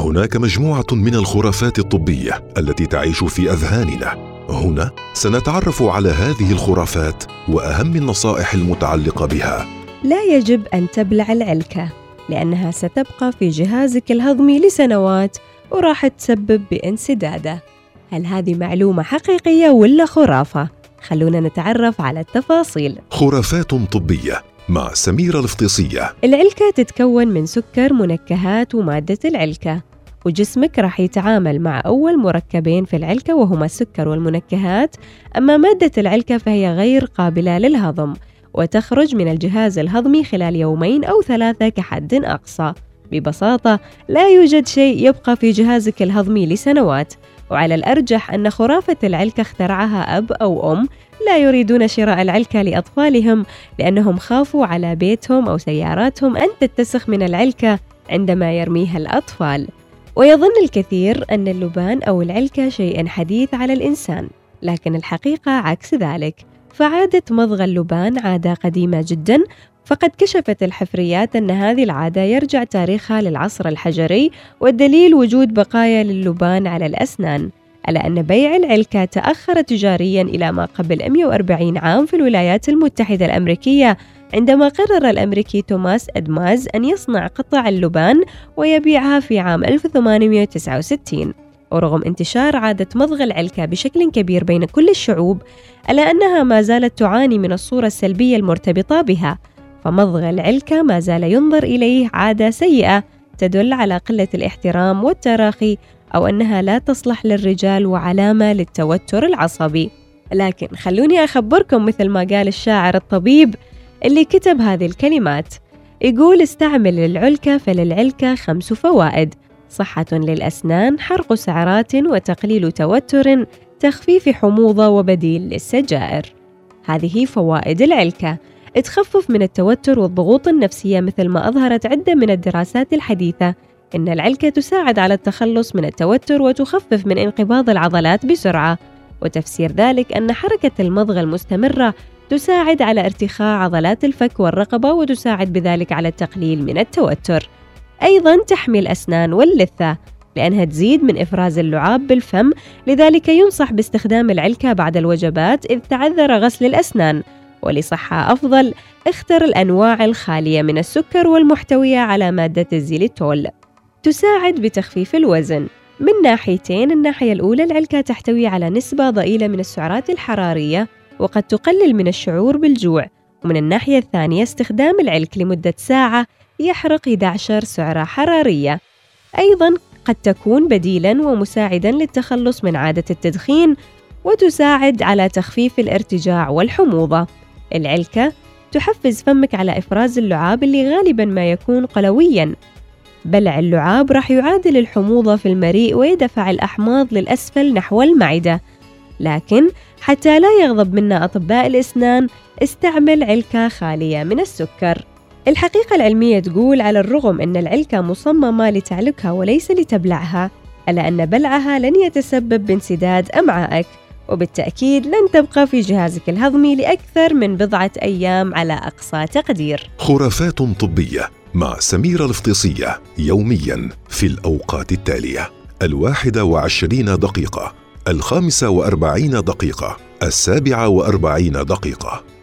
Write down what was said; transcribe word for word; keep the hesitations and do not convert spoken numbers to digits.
هناك مجموعة من الخرافات الطبية التي تعيش في أذهاننا. هنا سنتعرف على هذه الخرافات وأهم النصائح المتعلقة بها. لا يجب أن تبلع العلكة لأنها ستبقى في جهازك الهضمي لسنوات وراح تسبب بانسداده. هل هذه معلومة حقيقية ولا خرافة؟ خلونا نتعرف على التفاصيل. خرافات طبية مع سميرة الفطيسية. العلكة تتكون من سكر، منكهات ومادة العلكة، وجسمك راح يتعامل مع أول مركبين في العلكة وهما السكر والمنكهات. أما مادة العلكة فهي غير قابلة للهضم وتخرج من الجهاز الهضمي خلال يومين أو ثلاثة كحد أقصى. ببساطة لا يوجد شيء يبقى في جهازك الهضمي لسنوات، وعلى الأرجح أن خرافة العلكة اخترعها أب أو أم لا يريدون شراء العلكة لأطفالهم لأنهم خافوا على بيتهم أو سياراتهم أن تتسخ من العلكة عندما يرميها الأطفال. ويظن الكثير أن اللبان أو العلكة شيء حديث على الإنسان، لكن الحقيقة عكس ذلك، فعادة مضغ اللبان عادة قديمة جداً. فقد كشفت الحفريات أن هذه العادة يرجع تاريخها للعصر الحجري، والدليل وجود بقايا للبان على الأسنان، على أن بيع العلكة تأخر تجارياً إلى ما قبل مئة وأربعين عام في الولايات المتحدة الأمريكية، عندما قرر الأمريكي توماس أدماز أن يصنع قطع اللبان ويبيعها في عام ألف وثمانمئة وتسعة وستين. ورغم انتشار عادة مضغ العلكة بشكل كبير بين كل الشعوب، إلا أنها ما زالت تعاني من الصورة السلبية المرتبطة بها. فمضغ العلكة ما زال ينظر إليه عادة سيئة تدل على قلة الاحترام والتراخي، أو أنها لا تصلح للرجال وعلامة للتوتر العصبي. لكن خلوني أخبركم مثل ما قال الشاعر الطبيب اللي كتب هذه الكلمات، يقول: استعمل العلكة فللعلكة خمس فوائد: صحة للأسنان، حرق سعرات، وتقليل توتر، تخفيف حموضة، وبديل للسجائر. هذه فوائد العلكة: تخفف من التوتر والضغوط النفسية، مثل ما أظهرت عدة من الدراسات الحديثة إن العلكة تساعد على التخلص من التوتر وتخفف من انقباض العضلات بسرعة. وتفسير ذلك أن حركة المضغ المستمرة تساعد على ارتخاء عضلات الفك والرقبة، وتساعد بذلك على التقليل من التوتر. أيضاً تحمي الأسنان واللثة لأنها تزيد من إفراز اللعاب بالفم، لذلك ينصح باستخدام العلكة بعد الوجبات إذ تعذر غسل الأسنان. ولصحة أفضل اختر الأنواع الخالية من السكر والمحتوية على مادة الزيليتول. تساعد بتخفيف الوزن من ناحيتين: الناحية الأولى العلكة تحتوي على نسبة ضئيلة من السعرات الحرارية وقد تقلل من الشعور بالجوع، ومن الناحية الثانية استخدام العلك لمدة ساعة يحرق إحدى عشرة سعرة حرارية. أيضاً قد تكون بديلاً ومساعداً للتخلص من عادة التدخين، وتساعد على تخفيف الارتجاع والحموضة. العلكة تحفز فمك على إفراز اللعاب اللي غالباً ما يكون قلوياً. بلع اللعاب راح يعادل الحموضة في المريء ويدفع الأحماض للأسفل نحو المعدة. لكن حتى لا يغضب منا أطباء الأسنان، استعمل علكة خالية من السكر. الحقيقة العلمية تقول على الرغم أن العلكة مصممة لتعلكها وليس لتبلعها، ألا أن بلعها لن يتسبب بانسداد أمعائك، وبالتأكيد لن تبقى في جهازك الهضمي لأكثر من بضعة أيام على أقصى تقدير. خرافات طبية مع سميرة الفطيسية يومياً في الأوقات التالية: الواحدة وعشرين دقيقة، الخامسة وأربعين دقيقة، السابعة وأربعين دقيقة.